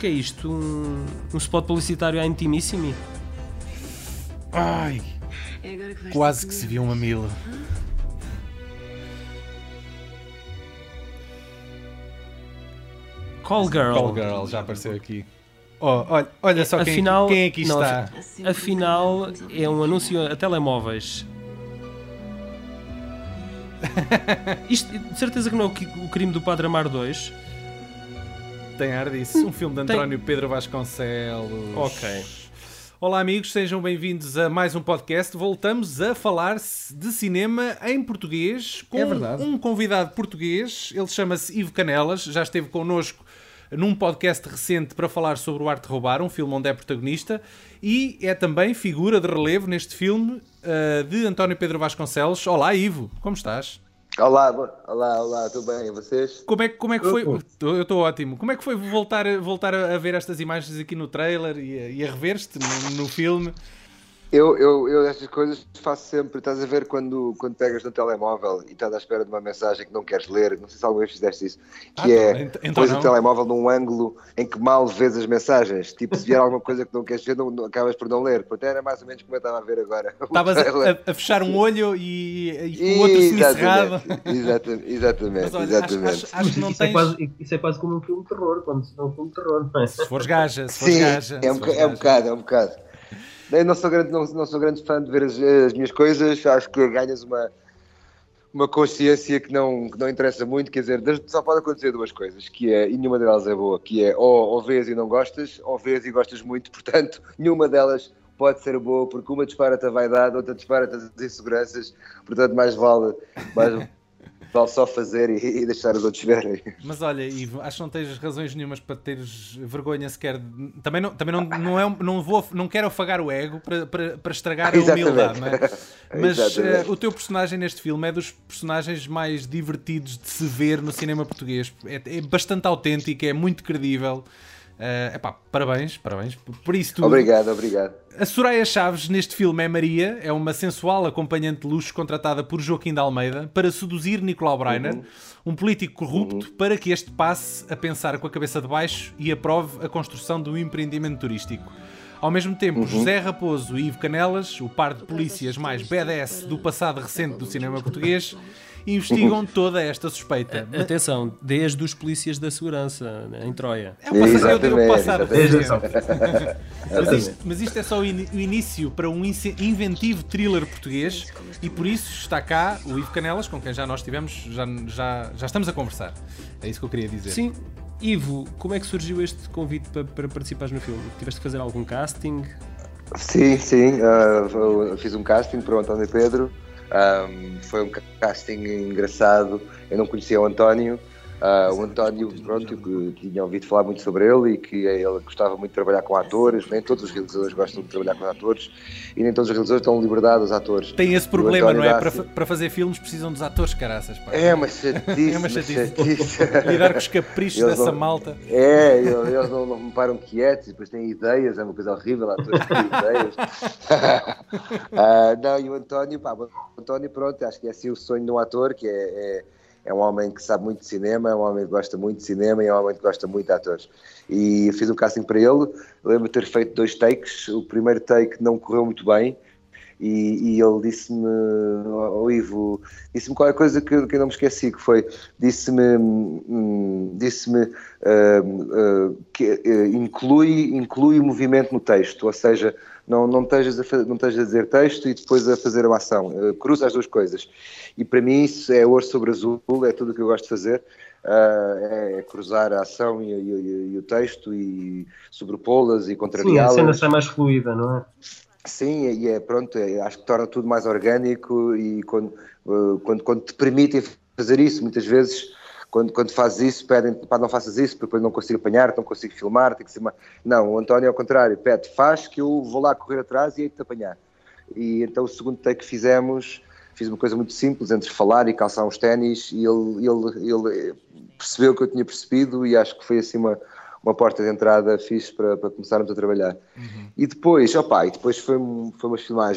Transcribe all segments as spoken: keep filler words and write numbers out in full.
que é isto? Um, um spot publicitário à Intimissimi? Ai, quase que se viu um mamilo. Call Girl. Call Girl, já apareceu aqui. Oh, olha, olha só quem, afinal, quem aqui não, está. Afinal, é um anúncio a telemóveis. Isto, de certeza que não é o crime do Padre Amaro dois. Tem ar disso. Um filme de António Tem... Pedro Vasconcelos. Ok. Olá amigos, sejam bem-vindos a mais um podcast. Voltamos a falar de cinema em português com é um convidado português. Ele chama-se Ivo Canelas, já esteve connosco num podcast recente para falar sobre O Arte de Roubar, um filme onde é protagonista, e é também figura de relevo neste filme uh, de António Pedro Vasconcelos. Olá Ivo, como estás? Olá, olá, olá, tudo bem? E vocês? Como é, como é que foi? Eu estou ótimo. Como é que foi voltar, voltar a ver estas imagens aqui no trailer e a, e a rever-te no, no filme? Eu, eu, eu estas coisas faço sempre. Estás a ver quando, quando pegas no telemóvel e estás à espera de uma mensagem que não queres ler. Não sei se alguma vez fizeste isso. Que ah, é, então, então pões não. o telemóvel num ângulo em que mal vês as mensagens. Tipo, se vier alguma coisa que não queres ver, não, não, acabas por não ler. Portanto, era mais ou menos como eu estava a ver agora. Estavas a, a fechar um olho e, e com o outro semicerrado. Exatamente, exatamente. Mas olha, exatamente. Acho, acho, acho que não isso, tens... é quase, isso é quase como um filme de terror, quando se vê um filme de terror, não é? Se fores gaja, se fores Sim, gaja. É um, se fores é um gaja. bocado, é um bocado. Eu não sou grande, não, não sou grande fã de ver as, as minhas coisas, acho que ganhas uma, uma consciência que não, que não interessa muito, quer dizer, só pode acontecer duas coisas, que é, e nenhuma delas é boa, que é ou, ou vês e não gostas, ou vês e gostas muito, portanto, nenhuma delas pode ser boa, porque uma dispara-te a vaidade, outra dispara-te as inseguranças, portanto, mais vale, mais vale só fazer e, e deixar os outros verem. Mas olha, Ivo, acho que não tens razões nenhumas para teres vergonha sequer. De... Também, não, também não, não, é, não, vou, não quero afagar o ego para, para, para estragar a humildade, não é? Mas uh, o teu personagem neste filme é dos personagens mais divertidos de se ver no cinema português. É, é bastante autêntico, é muito credível. Uh, epá, parabéns, parabéns por isso tudo. Obrigado, obrigado. A Soraya Chaves neste filme é Maria, é uma sensual acompanhante de luxo contratada por Joaquim de Almeida para seduzir Nicolau Breiner, uhum. um político corrupto, uhum. para que este passe a pensar com a cabeça de baixo e aprove a construção do empreendimento turístico. Ao mesmo tempo, uhum. José Raposo e Ivo Canelas, o par de polícias mais badass do passado recente do cinema português, investigam toda esta suspeita. Atenção, desde os polícias da segurança em Troia. É o passado, eu, eu passado mas, isto, mas isto é só o, in, o início para um inventivo thriller português e por isso está cá o Ivo Canelas, com quem já nós tivemos, já, já, já estamos a conversar. É isso que eu queria dizer. Sim. Ivo, como é que surgiu este convite para, para participares no filme? Tiveste que fazer algum casting? Sim, sim. Uh, fiz um casting para o António Pedro. Um, foi um casting engraçado. Eu não conhecia o António. Uh, o António, pronto, que tinha ouvido falar muito sobre ele e que ele gostava muito de trabalhar com atores. Nem todos os realizadores gostam de trabalhar com atores e nem todos os realizadores dão liberdade aos atores. Tem esse problema, não é? Para, para fazer filmes precisam dos atores, caraças. Pá. É uma chatice. É uma chatice. Lidar com os caprichos eles dessa não, malta. É, eles não, não me param quietos e depois têm ideias, é uma coisa horrível, atores que têm ideias. uh, não, e o António, pá, o António, pronto, acho que é assim o sonho de um ator, que é... é É um homem que sabe muito de cinema, é um homem que gosta muito de cinema e é um homem que gosta muito de atores. E eu fiz um casting para ele, lembro de ter feito dois takes. O primeiro take não correu muito bem e, e ele disse-me, oh, Ivo, disse-me qualquer coisa que, que eu não me esqueci, que foi, disse-me, hum, disse-me uh, uh, que uh, inclui, inclui o movimento no texto, ou seja, Não, não, estejas a, não estejas a dizer texto e depois a fazer uma ação. Uh, cruza as duas coisas. E para mim isso é ouro sobre azul, é tudo o que eu gosto de fazer. Uh, é cruzar a ação e, e, e o texto e sobrepô-las e contrariá-las. Sim, a cena sai mais fluida, não é? Sim, e é pronto, é, acho que torna tudo mais orgânico e quando, uh, quando, quando te permitem fazer isso, muitas vezes... Quando, quando fazes isso, pedem, pá, não faças isso, porque depois não consigo apanhar, não consigo filmar, tem que ser uma... Não, o António, ao contrário, pede, faz que eu vou lá correr atrás e hei-te apanhar. E então o segundo take que fizemos, fiz uma coisa muito simples, entre falar e calçar uns ténis, e ele, ele, ele percebeu o que eu tinha percebido e acho que foi assim uma, uma porta de entrada fixe para, para começarmos a trabalhar. Uhum. E depois, opá, e depois foi, foi umas filmagens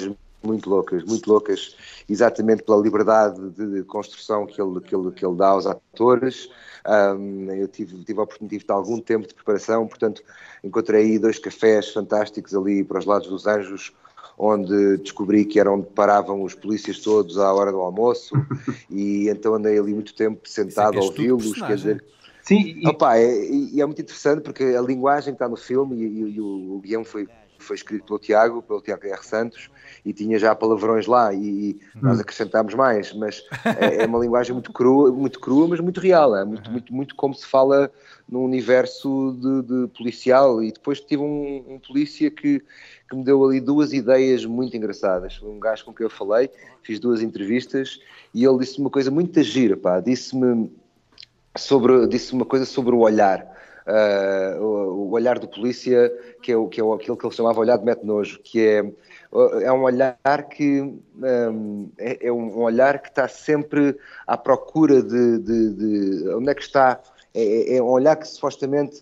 muito loucas, muito loucas, exatamente pela liberdade de construção que ele, que ele, que ele dá aos atores. Um, eu tive, tive a oportunidade de algum tempo de preparação, portanto encontrei aí dois cafés fantásticos ali para os lados dos Anjos, onde descobri que era onde paravam os polícias todos à hora do almoço, e então andei ali muito tempo sentado a ouvi-los, quer dizer... Sim, e... Opa, é, e é muito interessante porque a linguagem que está no filme, e, e, e o, o guião foi, foi escrito pelo Tiago, pelo Tiago R. Santos, e tinha já palavrões lá, e, e nós acrescentámos mais, mas é, é uma linguagem muito crua, muito crua, mas muito real, é muito, muito, muito como se fala num universo de, de policial. E depois tive um, um polícia que, que me deu ali duas ideias muito engraçadas. Um gajo com quem eu falei, fiz duas entrevistas, e ele disse-me uma coisa muito gira, pá, disse-me sobre, disse uma coisa sobre o olhar. Uh, o, o olhar do polícia, que é, o, que é o, aquilo que ele chamava olhar de mete-nojo, que é, é um olhar que um, é, é um olhar que está sempre à procura de, de, de onde é que está, é, é um olhar que supostamente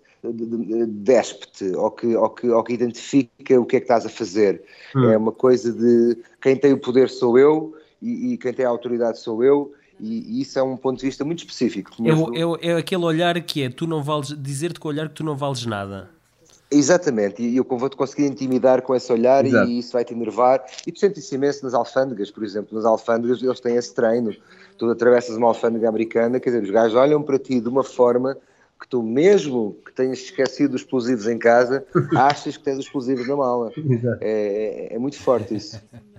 despe-te, ou que, ou, que, ou que identifica o que é que estás a fazer. Hum. É uma coisa de quem tem o poder sou eu, e, e quem tem a autoridade sou eu. E isso é um ponto de vista muito específico. É, o, é, é aquele olhar que é, tu não vales, dizer-te com o olhar que tu não vales nada. Exatamente, e eu vou-te conseguir intimidar com esse olhar. Exato. E isso vai-te enervar. E tu sentes isso imenso nas alfândegas, por exemplo. Nas alfândegas eles têm esse treino. Tu atravessas uma alfândega americana, quer dizer, os gajos olham para ti de uma forma que tu, mesmo que tenhas esquecido os explosivos em casa, achas que tens os explosivos na mala. É, é, é muito forte isso.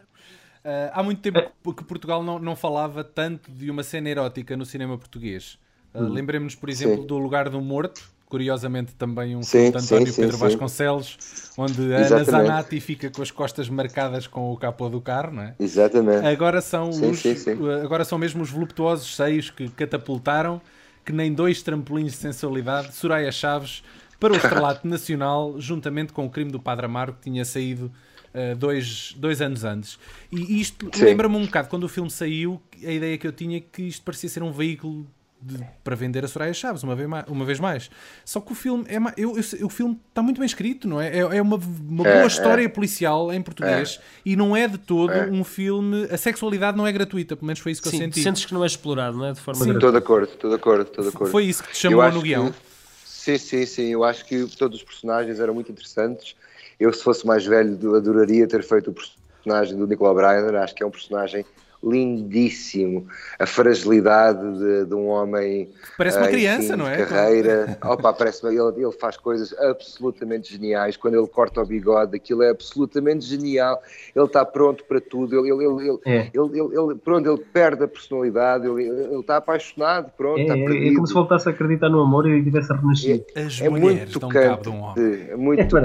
Uh, há muito tempo que Portugal não, não falava tanto de uma cena erótica no cinema português. Uh, hum. Lembremos-nos, por exemplo, sim. do Lugar do Morto, curiosamente também um sim, filme de António sim, Pedro sim, Vasconcelos, sim. onde a Ana Zanatti fica com as costas marcadas com o capô do carro, não é? Exatamente. Agora são, sim, os, sim, sim. agora são mesmo os voluptuosos seios que catapultaram, que nem dois trampolins de sensualidade, Soraya Chaves para o estrelato nacional, juntamente com o Crime do Padre Amaro, que tinha saído Uh, dois, dois anos antes. E isto lembra-me um bocado, quando o filme saiu, a ideia que eu tinha é que isto parecia ser um veículo de, para vender a Soraya Chaves, uma vez mais. Uma vez mais. Só que o filme é eu, eu, o filme está muito bem escrito, não é? É, é uma, uma boa é, história é. policial em português é. e não é de todo é. um filme. A sexualidade não é gratuita, pelo menos foi isso que sim, eu senti. Sentes que não é explorado, não é? De forma sim, estou de acordo, estou de acordo, estou de acordo. Foi isso que te chamou no guião? Que, sim, sim, sim. Eu acho que todos os personagens eram muito interessantes. Eu, se fosse mais velho, adoraria ter feito o personagem do Nicolau Breiner. Acho que é um personagem lindíssimo. A fragilidade de, de um homem... Parece uma uh, criança, não é? De carreira. Opa, parece ele, ele faz coisas absolutamente geniais. Quando ele corta o bigode, aquilo é absolutamente genial. Ele está pronto para tudo. Ele, ele, ele, é. ele, ele, ele, pronto, ele perde a personalidade. Ele, ele está apaixonado. Pronto, é, está é, é como se voltasse a acreditar no amor e tivesse renascido. É, As é muito dão cabo de um homem. É muito,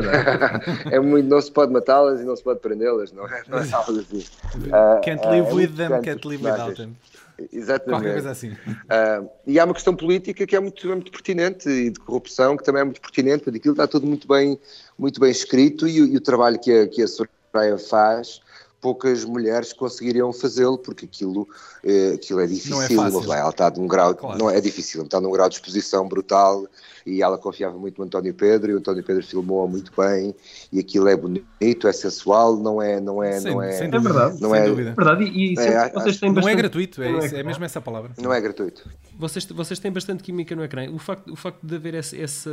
é, é muito. Não se pode matá-las e não se pode prendê-las, não é? Não é algo assim. Uh, Can't live uh, with them. Can't live without them. Exatamente. Qualquer coisa assim. Uh, e há uma questão política que é muito, é muito pertinente, e de corrupção que também é muito pertinente, porque aquilo está tudo muito bem, muito bem escrito, e, e o trabalho que a, que a Soraya faz, poucas mulheres conseguiriam fazê-lo, porque aquilo, eh, aquilo é difícil. Não é fácil. Ela está num grau, claro. Não é difícil, está num grau de exposição brutal, e ela confiava muito no António Pedro, e o António Pedro filmou muito bem, e aquilo é bonito, é sensual, não é... Não é, sem, não é, sem dúvida. É verdade, não sem é, dúvida. Verdade, e, e é, vocês têm não bastante... é gratuito, é, isso, é mesmo essa palavra. Não é gratuito. Vocês, vocês têm bastante química no ecrã. O facto, o facto de haver essa... essa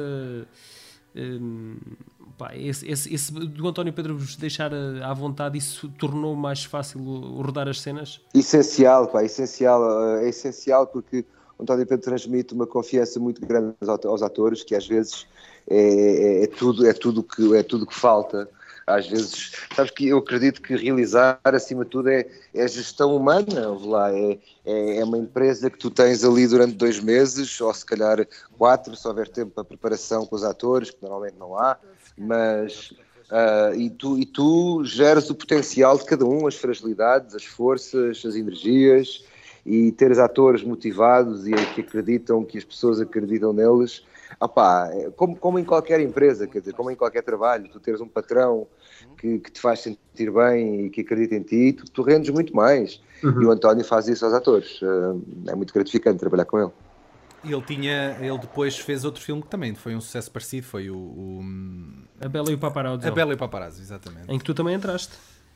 um, pá, esse, esse, esse do António Pedro vos deixar à vontade, isso tornou mais fácil o, o rodar as cenas? Essencial, pá, essencial, é essencial, porque o António Pedro transmite uma confiança muito grande aos atores, que às vezes é, é, é tudo, é tudo que, é tudo que falta. Às vezes, sabes que eu acredito que realizar, acima de tudo, é, é gestão humana. Lá, é, é uma empresa que tu tens ali durante dois meses, ou se calhar quatro, se houver tempo para preparação com os atores, que normalmente não há, mas uh, e, tu, e tu geras o potencial de cada um, as fragilidades, as forças, as energias, e teres atores motivados e que acreditam, que as pessoas acreditam neles. Opá, como, como em qualquer empresa, quer dizer, como em qualquer trabalho, tu teres um patrão que, que te faz sentir bem e que acredita em ti, tu, tu rendes muito mais. Uhum. E o António faz isso aos atores. É muito gratificante trabalhar com ele. Ele tinha, ele depois fez outro filme que também foi um sucesso parecido, foi o... o... A Bela e o Paparazzo. A Bela e o Paparazzo, exatamente. Em que tu também entraste.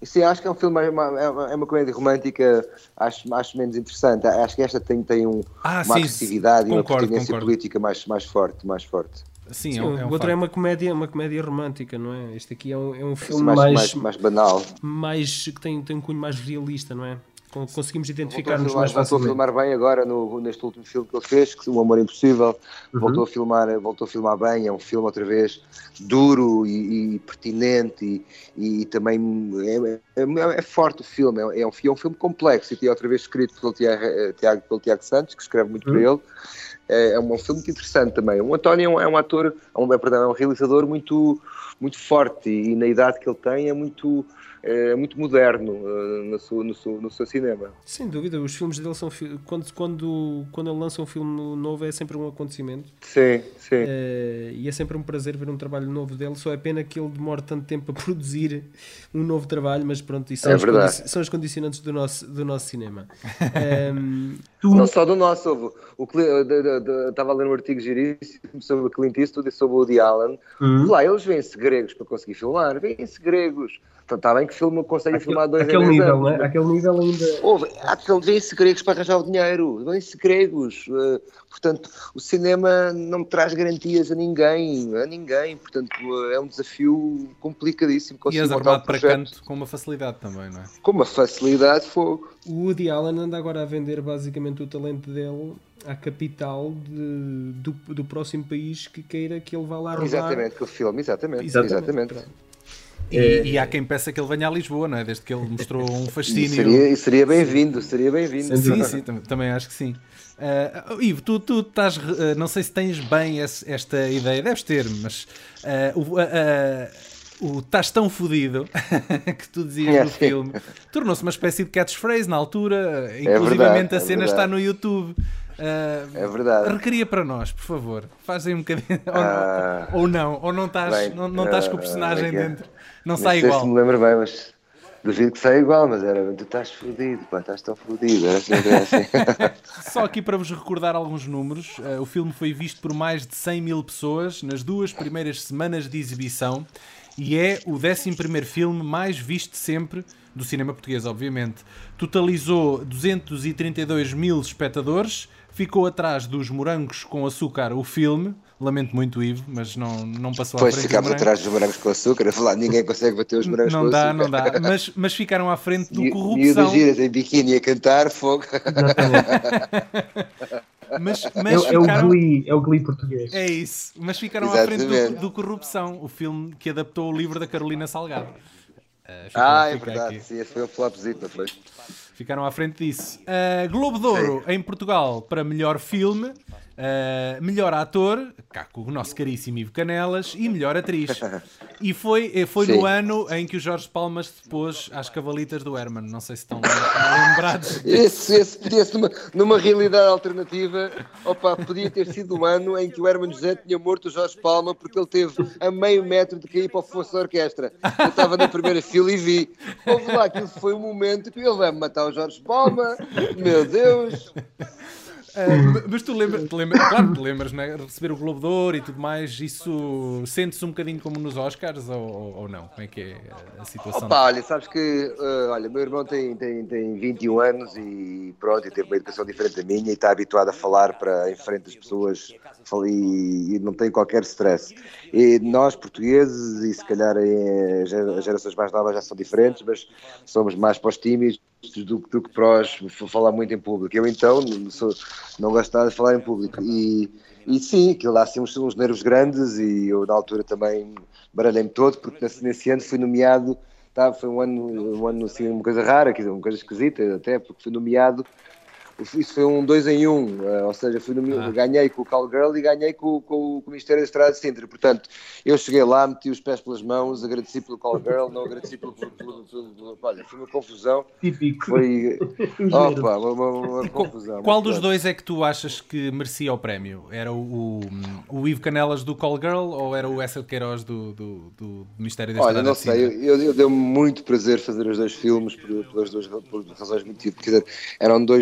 Sim, acho que é um filme, é uma, é uma, é uma comédia romântica, acho, acho menos interessante. Acho que esta tem, tem um, Ah, uma sim, agressividade concordo, e uma pertinência concordo. política mais, mais forte, mais forte. Sim, Sim, é um, é um o outro facto. é uma comédia, uma comédia romântica, não é? Este aqui é um, é um Assim, filme mais, mais, mais, mais banal. mais que tem, tem um cunho mais realista, não é? Con- Conseguimos Voltou a, identificar-nos filmar, mais voltou a facilmente. filmar bem agora no, neste último filme que ele fez, que O Amor Impossível. Uhum. Voltou a filmar, voltou a filmar bem. É um filme outra vez duro e, e pertinente e, e também é, é, é forte o filme. É, é, um, é um filme complexo e é outra vez escrito pelo Tiago, Tiago, pelo Tiago Santos, que escreve muito Uhum. para ele. É, é um filme muito interessante também. O António é um, é um ator, é um, perdão, é um realizador muito, muito forte e, e na idade que ele tem é muito, é, muito moderno uh, no, seu, no, seu, no seu cinema. Sem dúvida, os filmes dele são fi- quando, quando, quando ele lança um filme novo é sempre um acontecimento. Sim, sim. Eh, e é sempre um prazer ver um trabalho novo dele. Só é pena que ele demore tanto tempo a produzir um novo trabalho, mas pronto, isso são, É os, verdade. condi- são os condicionantes do nosso, do nosso cinema. Ehm, Não só do nosso, houve, o, Cli- de- de- de- estava a ler um artigo giríssimo sobre o Clint Eastwood e sobre o Woody Allen. Uhum. Lá eles vêm-se gregos para conseguir filmar, vêm-se gregos. Então está bem que filma, conseguem Aquele, filmar dois em aquele dez nível, anos, né? mas- Aquele nível ainda. Houve, há pessoal, vêm-se gregos para arranjar o dinheiro, vêm-se gregos. eh, portanto, o cinema não traz garantias a ninguém, a ninguém. Portanto, eh, é um desafio complicadíssimo E conseguir és montar um armado para projeto canto com uma facilidade também, não é? com uma facilidade, fogo. o Woody Allen anda agora a vender basicamente o talento dele à capital de- do, do próximo país que queira que ele vá lá rodar. Exatamente, que o filme, exatamente. Exatamente. exatamente. Pronto. E, É- e há quem peça que ele venha a Lisboa, não é? Desde que ele mostrou um E fascínio. seria, e seria bem-vindo, seria bem-vindo. Sim, sim, tam- também acho que sim. Uh, Ivo, tu, tu estás, uh, não sei se tens bem esse- esta ideia, deves ter, mas uh, o, uh, uh, o estás tão fodido que tu dizias É, no sim. filme tornou-se uma espécie de catchphrase na altura, uh, verdade, inclusivamente a é cena verdade. está no YouTube. Uh, É verdade. Requeria para nós, por favor, fazem um bocadinho ou, Ah, ou não, ou não estás, bem, não, não estás com o ah, personagem como é que é? dentro, não Não sai sei igual. se me lembro bem, mas duvido que saia igual, mas era, tu estás fodido, pá, estás tão fodido, era assim, era assim. Só aqui para vos recordar alguns números, uh, o filme foi visto por mais de cem mil pessoas nas duas primeiras semanas de exibição e é o décimo primeiro filme mais visto sempre do cinema português, obviamente. Totalizou duzentos e trinta e dois mil espectadores, ficou atrás dos Morangos com Açúcar, o filme. Lamento muito, Ivo, mas não, não passou à Depois frente. ficámos dos Morangos. atrás dos morangos com açúcar, a falar, ninguém consegue bater os morangos Não com dá, açúcar. não dá, mas, mas ficaram à frente do E- Corrupção. Miúdas giras em biquíni a cantar, fogo. Mas, É, mas é o ficaram... Glee, é o Glee português. É isso, mas ficaram à frente Exatamente. do, do Corrupção, o filme que adaptou o livro da Carolina Salgado. Uh, fica- Ah, é fica verdade, aqui. sim, esse foi um flopzito, não foi? Ficaram à frente disso. Uh, Globo de Ouro em Portugal para melhor filme, uh, melhor ator, cá com o nosso caríssimo Ivo Canelas, e melhor atriz. E foi, foi no Sim. ano em que o Jorge Palmas se pôs às cavalitas do Herman. Não sei se estão lembrados. Esse, esse podia ser numa, numa realidade alternativa, opa, podia ter sido o ano em que o Hermano José tinha morto o Jorge Palma porque ele teve a meio metro de cair para o fosso da orquestra. Eu estava na primeira fila e vi. Houve lá, aquilo foi um momento que ele vai matar o Jorge Palma, meu Deus. Uh, mas tu lembras, te lembras, claro que te lembras, né? Receber o Globo de Ouro e tudo mais, isso sente-se um bocadinho como nos Oscars ou, ou, ou não? Como é que é a situação? Opa, olha, sabes que, uh, olha, meu irmão tem, tem, tem vinte e um anos e pronto, e teve uma educação diferente da minha e está habituado a falar para em frente das pessoas e, e não tem qualquer stress. E nós, portugueses, e se calhar eh, as gerações mais novas já são diferentes, mas somos mais para os tímidos do, do que para os falar muito em público. Eu então não, sou, não gosto nada de falar em público e, e sim, aquilo lá assim uns, uns nervos grandes e eu na altura também baralhei-me todo porque nesse, nesse ano fui nomeado, tá, foi um ano, um ano assim, uma coisa rara, quer dizer, uma coisa esquisita até, porque fui nomeado. Isso foi um dois em um, uh, ou seja, fui no, Ah. ganhei com o Cowgirl e ganhei com, com, com o Ministério da Estrada de Sintra. Portanto, eu cheguei lá, meti os pés pelas mãos, agradeci pelo Cowgirl, não agradeci pelo, pelo, pelo, pelo, pelo. Olha, foi uma confusão. Típico. Foi. Os Opa, uma, uma, uma confusão. Qual Mas dos pronto. dois é que tu achas que merecia o prémio? Era o, o, o Ivo Canelas do Call Girl ou era o Essa de Queiroz do, do, do Ministério da Estrada Olha, não de sei, Sintra? eu, eu, eu deu-me muito prazer fazer os dois filmes por, pelas duas por razões muito. Quer dizer, eram dois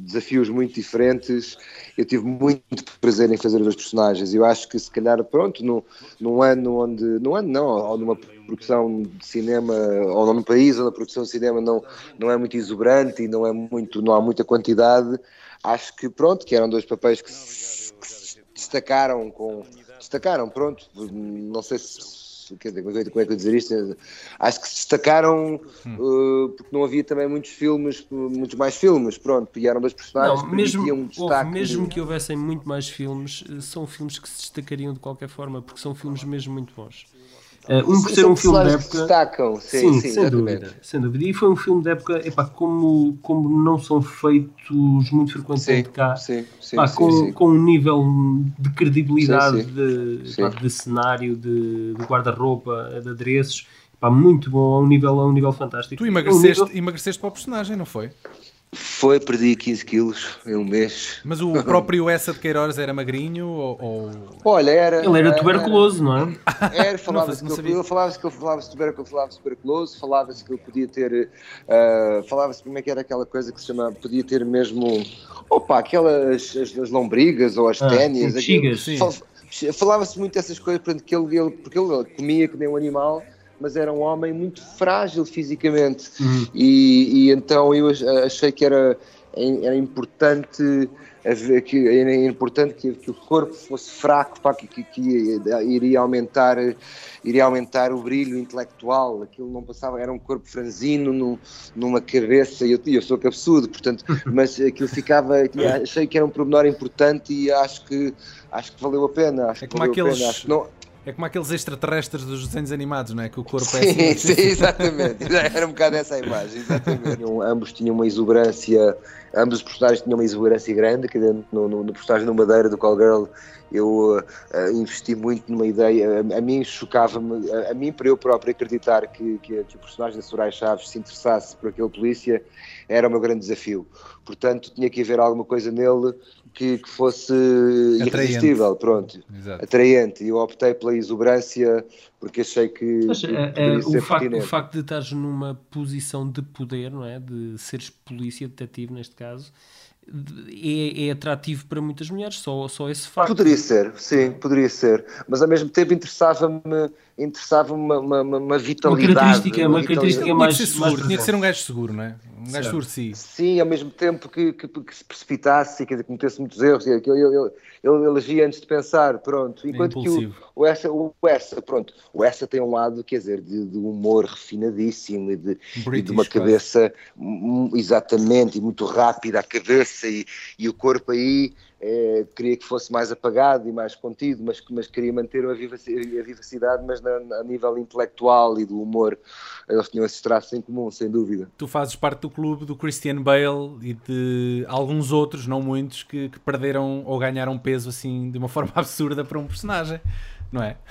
desafios muito diferentes. Eu tive muito prazer em fazer os dois personagens. Eu acho que se calhar, pronto, num, num ano onde, num ano não, ou numa produção de cinema, ou num país onde a produção de cinema não, não é muito exuberante e não, é muito, não há muita quantidade, acho que pronto, que eram dois papéis que se, que se destacaram com... Destacaram, pronto, não sei se... Quer dizer, como é que eu dizer isto? Acho que se destacaram hum. uh, porque não havia também muitos filmes, muitos mais filmes, pronto, e eram dois personagens não, que mesmo, um destaque. Houve, mesmo que houvessem muito mais filmes, são filmes que se destacariam de qualquer forma, porque são filmes mesmo muito bons. Uh, um por ser um filme de época. Que destacam, sim, sim, sim sem exatamente. dúvida, sem dúvida. E foi um filme de época, epá, como, como não são feitos muito frequentemente sim, cá, sim, sim, epá, sim, com, sim. com um nível de credibilidade sim, sim. De, sim. epá, de cenário, de, de guarda-roupa, de adereços, epá, muito bom, a um nível, a um nível fantástico. Tu emagreceste, um nível... emagreceste para o personagem, não foi? Foi, perdi quinze quilos em um mês. Mas o próprio Essa de Queiroz era magrinho ou, ou... Olha, era... Ele era tuberculoso, era, não é? Era, falava-se que, ele, falava que ele falava-se tuberculoso, tuberculoso falava-se que ele podia ter... Uh, falava-se como é que era aquela coisa que se chama... Podia ter mesmo... Opa, aquelas as, as lombrigas ou as ah, ténias. Fal, falava-se muito dessas coisas, porque ele, ele, porque ele comia que nem um animal, mas era um homem muito frágil fisicamente. Uhum. E, e então eu achei que era, era importante que, era importante que, que o corpo fosse fraco, pá, que, que, que iria aumentar, iria aumentar o brilho intelectual. Aquilo não passava, era um corpo franzino no, numa cabeça, e eu, eu sou cabeçudo, portanto, mas aquilo ficava, achei que era um pormenor importante e acho que, acho que valeu a pena. Acho é que como valeu aqueles... a pena. Acho que não... É como aqueles extraterrestres dos desenhos animados, não é? Que o corpo sim, é assim. Sim, exatamente. Era um bocado essa a imagem, exatamente. Ambos tinham uma exuberância, ambos os personagens tinham uma exuberância grande, que no, no, no personagem do Madeira, do Call Girl, eu uh, investi muito numa ideia, a, a mim chocava-me, a, a mim para eu próprio acreditar que, que, que o personagem da Soraya Chaves se interessasse por aquele polícia, era o meu grande desafio. Portanto, tinha que haver alguma coisa nele que, que fosse atraente. Irresistível, pronto, Exato. Atraente. E eu optei pela exuberância porque achei que, Mas, que é, é, ser o, facto, pertinente. o facto de estares numa posição de poder, não é? De seres polícia, detetive neste caso, é, é atrativo para muitas mulheres, só, só esse facto. Poderia ser, sim, poderia ser, mas ao mesmo tempo interessava-me interessava uma, uma, uma vitalidade. Uma característica, uma, uma característica vitalidade. mais, tinha que ser seguro, mais tinha que ser um gajo seguro, não é? Um gajo certo. seguro de si. Sim, ao mesmo tempo que, que, que se precipitasse e que cometesse muitos erros, ele, ele, ele, ele agia antes de pensar, pronto. Enquanto é que o, o, Essa, o Essa, pronto, o Essa tem um lado, quer dizer, de, de humor refinadíssimo e de, e de uma cabeça quase. Exatamente, e muito rápida a cabeça e, e o corpo aí. É, queria que fosse mais apagado e mais contido, mas, mas queria manter a vivacidade, a vivacidade mas na, a nível intelectual e do humor, eles tinham esses traços em comum, sem dúvida. Tu fazes parte do clube do Christian Bale e de alguns outros, não muitos, que, que perderam ou ganharam peso assim de uma forma absurda para um personagem, não é?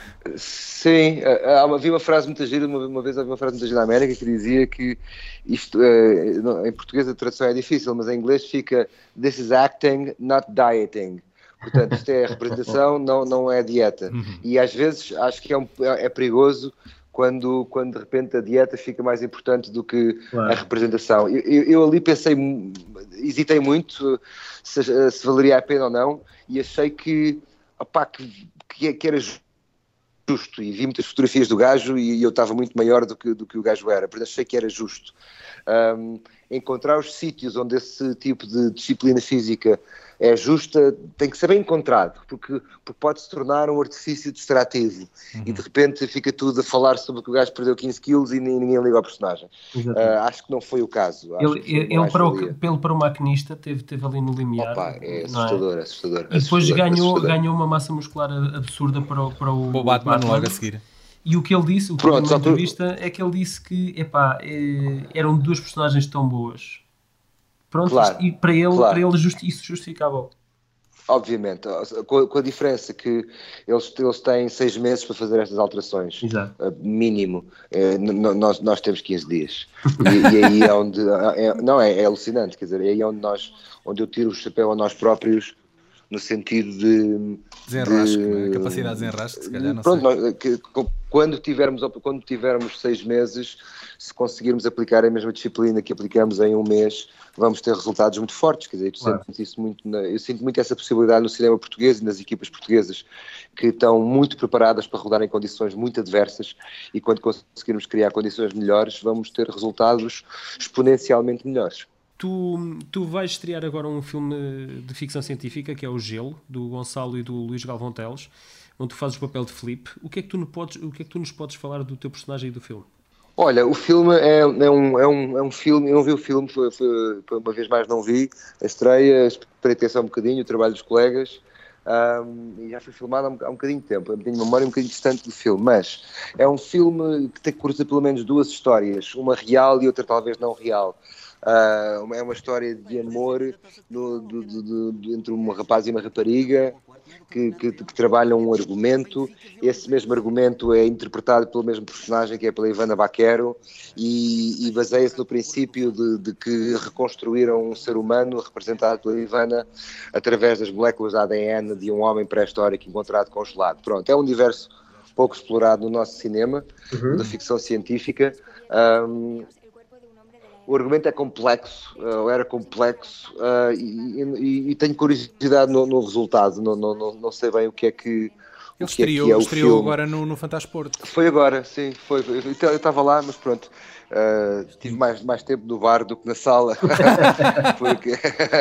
Sim, havia uma frase muito gira, uma, uma vez havia uma frase muito gira na América que dizia que isto, eh, em português a tradução é difícil, mas em inglês fica "This is acting, not dieting". Portanto, isto é representação, não, não é dieta. Uhum. E às vezes acho que é, um, é perigoso quando, quando de repente a dieta fica mais importante do que claro. A representação. Eu, eu, eu ali pensei, hesitei muito se, se valeria a pena ou não, e achei que, opá, que, que era justo. Justo, e vi muitas fotografias do gajo e eu estava muito maior do que, do que o gajo era, portanto achei que era justo. Um, encontrar os sítios onde esse tipo de disciplina física é justa tem que ser bem encontrado, porque, porque pode se tornar um artifício distrativo uhum. e de repente fica tudo a falar sobre que o gajo perdeu quinze quilos e ninguém liga ao personagem. Uh, acho que não foi o caso. Acho ele ele, ele para, o, pelo, para o maquinista teve, teve ali no limiar. Opa, é assustador, é? assustador. E depois assustador, ganhou, assustador. ganhou uma massa muscular absurda para o, para o, o Batman, Batman logo a seguir. E o que ele disse, o que Pronto, ele na entrevista, é que ele disse que epá, é, eram duas personagens tão boas. Pronto, claro, e para ele, claro. para ele justi- isso justificava. Obviamente, com, com a diferença que eles, eles têm seis meses para fazer estas alterações, Exato. mínimo, é, n- nós, nós temos quinze dias, e, e aí é onde, é, não, é, é alucinante, quer dizer, é aí onde, nós, onde eu tiro o chapéu a nós próprios, no sentido de... Desenrasque, de, não é? Capacidade de desenrasque, se calhar, não pronto, sei. Nós, que, quando, tivermos, quando tivermos seis meses, se conseguirmos aplicar a mesma disciplina que aplicamos em um mês, vamos ter resultados muito fortes. Quer dizer, tu Claro. sentes isso muito na, eu sinto muito essa possibilidade no cinema português e nas equipas portuguesas, que estão muito preparadas para rodar em condições muito adversas, e quando conseguirmos criar condições melhores, vamos ter resultados exponencialmente melhores. Tu, tu vais estrear agora um filme de ficção científica, que é o Gelo, do Gonçalo e do Luís Galvão Teles, onde tu fazes o papel de Filipe. O que é que tu nos podes, o que é que tu nos podes falar do teu personagem e do filme? Olha, o filme é, é, um, é, um, é um filme, eu não vi o filme, foi, foi, foi uma vez mais não vi a estreia, esperei ter só um bocadinho, o trabalho dos colegas, um, e já foi filmado há um, há um bocadinho de tempo, eu tenho memória um bocadinho distante do filme, mas é um filme que tem, cruza pelo menos duas histórias, uma real e outra talvez não real. Uh, é uma história de amor no, do, do, do, entre um rapaz e uma rapariga que, que, que trabalham um argumento. Esse mesmo argumento é interpretado pelo mesmo personagem, que é pela Ivana Baquero, e, e baseia-se no princípio de, de que reconstruíram um ser humano representado pela Ivana através das moléculas de A D N de um homem pré-histórico encontrado congelado. Pronto, é um universo pouco explorado no nosso cinema, uhum. da ficção científica. Um, O argumento é complexo, uh, era complexo, uh, e, e, e tenho curiosidade no, no resultado, não, não, não, não sei bem o que é que, Ele o estreou, que é, que é o estreou filme. agora no, no Fantasporto. Foi agora, sim, foi. Eu estava lá, mas pronto, uh, tive mais, mais tempo no bar do que na sala, porque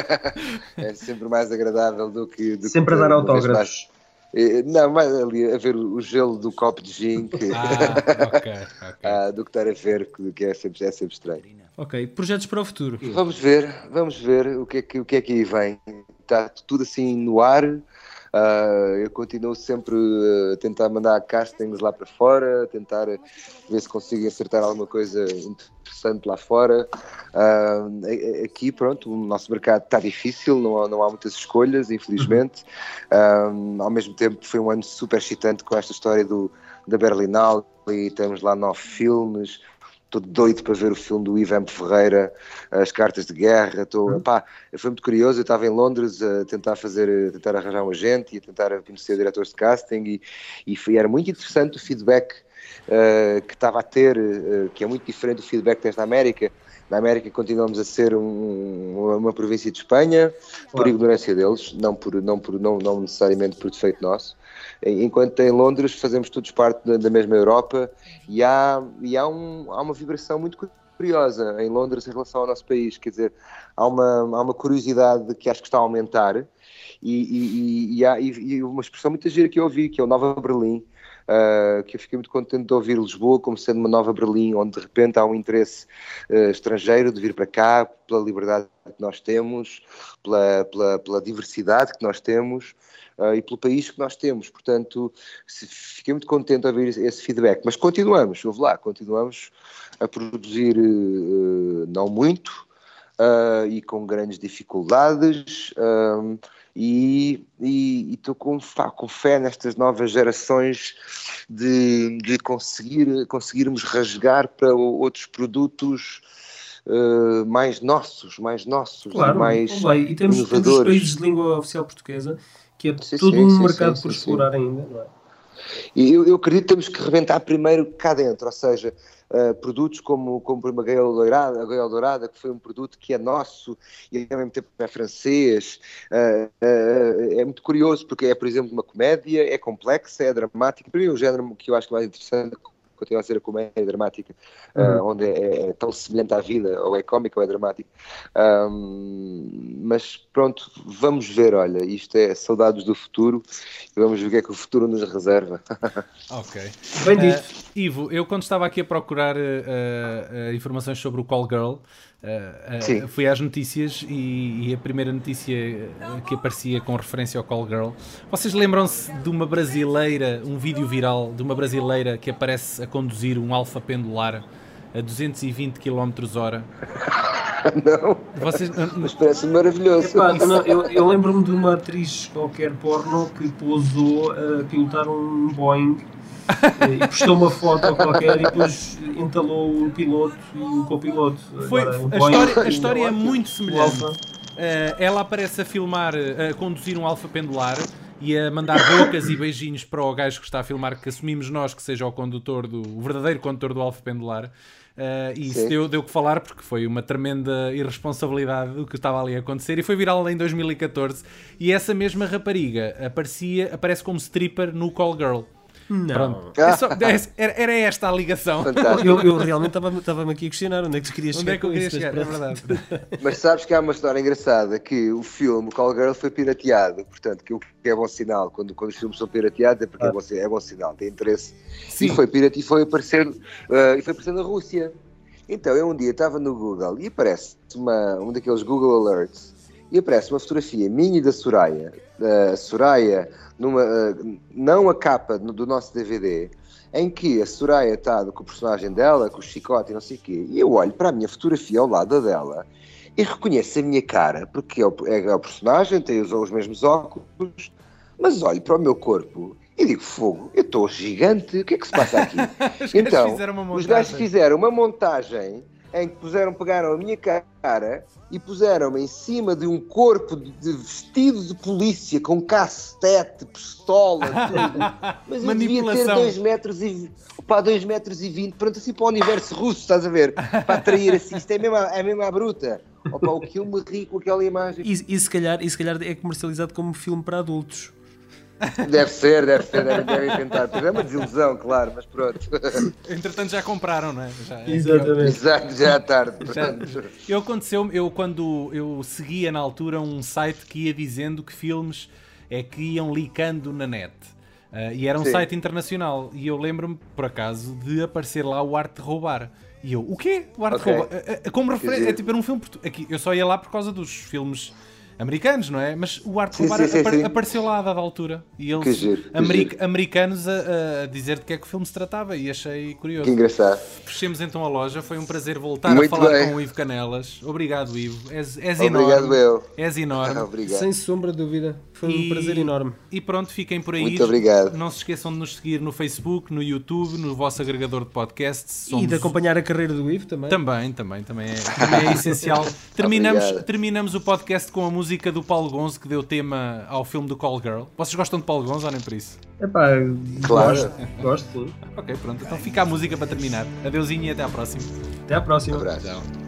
é sempre mais agradável do que... Do sempre que, a dar autógrafos. Não, mais ali a ver o gelo do copo de gin que... ah, okay, okay. ah, do que estar a ver, que é sempre, é sempre estranho. Ok, projetos para o futuro. Vamos ver, vamos ver o que é que, o que, é que aí vem. Está tudo assim no ar. Uh, eu continuo sempre a tentar mandar castings lá para fora, a tentar ver se consigo acertar alguma coisa interessante lá fora. Uh, aqui, pronto, o nosso mercado está difícil, não há, não há muitas escolhas, infelizmente. Uh, ao mesmo tempo, foi um ano super excitante com esta história do, da Berlinale, e temos lá nove filmes. Estou doido para ver o filme do Ivan Ferreira, As Cartas de Guerra. Estou, uhum. pá, foi muito curioso. Eu estava em Londres a tentar fazer, a tentar arranjar um agente e a tentar conhecer diretores de casting, e, e foi, era muito interessante o feedback uh, que estava a ter, uh, que é muito diferente do feedback desta América. Na América continuamos a ser um, uma província de Espanha, por claro. ignorância deles, não, por, não, por, não, não necessariamente por defeito nosso. Enquanto em Londres fazemos todos parte da, da mesma Europa, e, há, e há, um, há uma vibração muito curiosa em Londres em relação ao nosso país. Quer dizer, há uma, há uma curiosidade que acho que está a aumentar, e, e, e, há, e uma expressão muito gira que eu ouvi, que é o Nova Berlim. Uh, que eu fiquei muito contente de ouvir Lisboa como sendo uma nova Berlim, onde de repente há um interesse uh, estrangeiro de vir para cá, pela liberdade que nós temos, pela, pela, pela diversidade que nós temos, uh, e pelo país que nós temos. Portanto, se, fiquei muito contente de ouvir esse feedback. Mas continuamos, ouve lá, continuamos a produzir uh, não muito, uh, e com grandes dificuldades, uh, e estou com, com fé nestas novas gerações de, de conseguir, conseguirmos rasgar para outros produtos uh, mais nossos, mais nossos, claro, mais bem, e temos, inovadores. Temos os países de língua oficial portuguesa, que é sim, todo sim, um sim, mercado sim, por sim, explorar sim. ainda, não é? E eu, eu acredito que temos que rebentar primeiro cá dentro, ou seja, uh, produtos como, como a Gaiola Dourada, a Gaiola Dourada, que foi um produto que é nosso e ao mesmo tempo é francês. Uh, uh, é muito curioso porque é, por exemplo, uma comédia, é complexa, é dramática. Para mim, o género que eu acho mais interessante continua a ser a comédia dramática, uhum. uh, onde é, é tão semelhante à vida, ou é cómica ou é dramática. Um, mas pronto, vamos ver, olha, isto é saudades do futuro, e vamos ver o que é que o futuro nos reserva. Ok. Bem dito. Uh, Ivo, eu quando estava aqui a procurar uh, uh, informações sobre o Call Girl, Uh, uh, fui às notícias e, e a primeira notícia que aparecia com referência ao Call Girl, vocês lembram-se de uma brasileira, um vídeo viral de uma brasileira que aparece a conduzir um Alfa pendular a duzentos e vinte quilómetros hora? Não, vocês, mas parece maravilhoso. Epá, não, eu, eu lembro-me de uma atriz qualquer porno que pousou a pilotar um Boeing e postou uma foto qualquer e depois entalou o piloto e o copiloto. Foi, Agora, a, história, a história é muito semelhante. ela aparece a filmar, a conduzir um alfa pendular e a mandar bocas e beijinhos para o gajo que está a filmar, que assumimos nós que seja o condutor do, o verdadeiro condutor do alfa pendular. Uh, e isso deu, deu que falar, porque foi uma tremenda irresponsabilidade o que estava ali a acontecer, e foi viral em dois mil e catorze. E essa mesma rapariga aparecia, aparece como stripper no Call Girl. Não. É só, era, era esta a ligação. Eu, eu realmente estava-me aqui a questionar onde é que tu querias chegar. Onde é que eu queria chegar, é verdade. Mas sabes que há uma história engraçada, que o filme Call Girl foi pirateado, portanto, que o que é bom sinal, quando, quando os filmes são pirateados é porque ah. é, bom, é bom sinal, tem interesse. Sim. E foi pirate e foi aparecer, uh, e foi aparecer na Rússia. Então, eu um dia estava no Google e aparece uma, um daqueles Google Alerts, e aparece uma fotografia minha e da Soraya, da Soraya, numa, uh, não a capa do nosso D V D, em que a Soraya está com o personagem dela, com o chicote e não sei o quê, e eu olho para a minha fotografia ao lado dela e reconheço a minha cara, porque é o, é o personagem, tem os, os mesmos óculos, mas olho para o meu corpo e digo, fogo, eu estou gigante, o que é que se passa aqui? Então, os gajos fizeram uma montagem em que puseram, pegaram a minha cara e puseram-me em cima de um corpo de, de vestido de polícia, com cacetete, pistola, tudo. Mas eu devia ter dois metros e pá, dois metros e vinte, pronto, assim para o universo russo, estás a ver? Para atrair assim, isto é mesmo, é mesmo à bruta. Opa, o que eu me ri com aquela imagem. E, e, se calhar, e se calhar é comercializado como filme para adultos. Deve ser, deve ser, devem, devem tentar. É uma desilusão, claro, mas pronto. Entretanto já compraram, não é? Já, Exatamente. Exato, já é tarde. Já, eu aconteceu, eu quando eu seguia na altura um site que ia dizendo que filmes é que iam leakando na net. Uh, e era um Sim. site internacional. E eu lembro-me, por acaso, de aparecer lá o Arte de Roubar. E eu, o quê? O Arte okay. de Roubar? Uh, uh, como referência, é tipo, era um filme... Aqui, eu só ia lá por causa dos filmes... americanos, não é? Mas o Arte de Roubar sim, sim, apare- sim. apareceu lá a dada altura. E eles, giro, americ- americanos, a, a dizer de que é que o filme se tratava, e achei curioso. Que engraçado. Fechemos então a loja, foi um prazer voltar Muito a falar bem. com o Ivo Canelas. Obrigado, Ivo. És, és Obrigado, enorme. eu. És enorme. Obrigado. Sem sombra de dúvida. Foi e, um prazer enorme. E pronto, fiquem por aí. Muito obrigado. Não se esqueçam de nos seguir no Facebook, no YouTube, no vosso agregador de podcasts. Somos... E de acompanhar a carreira do Ivo também. Também, também, também é, também é essencial. Terminamos, terminamos o podcast com a música do Paulo Gonzo, que deu tema ao filme do Call Girl. Vocês gostam de Paulo Gonzo ou nem por isso? Epá, claro. gosto, gosto sim. Ok, pronto. Então fica a música para terminar. Adeusinho e até à próxima. Até à próxima. Um abraço. Tchau.